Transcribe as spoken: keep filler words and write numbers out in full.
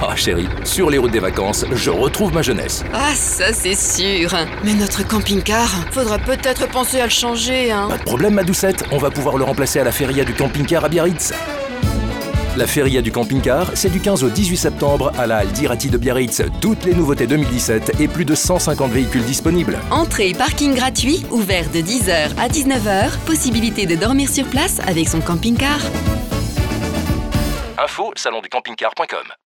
Ah chérie, sur les routes des vacances, je retrouve ma jeunesse. Ah, ça c'est sûr. Mais notre camping-car, faudra peut-être penser à le changer, hein. Pas de problème ma doucette, on va pouvoir le remplacer à la feria du camping-car à Biarritz. La feria du camping-car, c'est du quinze au dix-huit septembre à la halle d'Irati de Biarritz. Toutes les nouveautés deux mille dix-sept et plus de cent cinquante véhicules disponibles. Entrée et parking gratuit, ouvert de dix heures à dix-neuf heures. Possibilité de dormir sur place avec son camping-car. Info salon du camping car point com.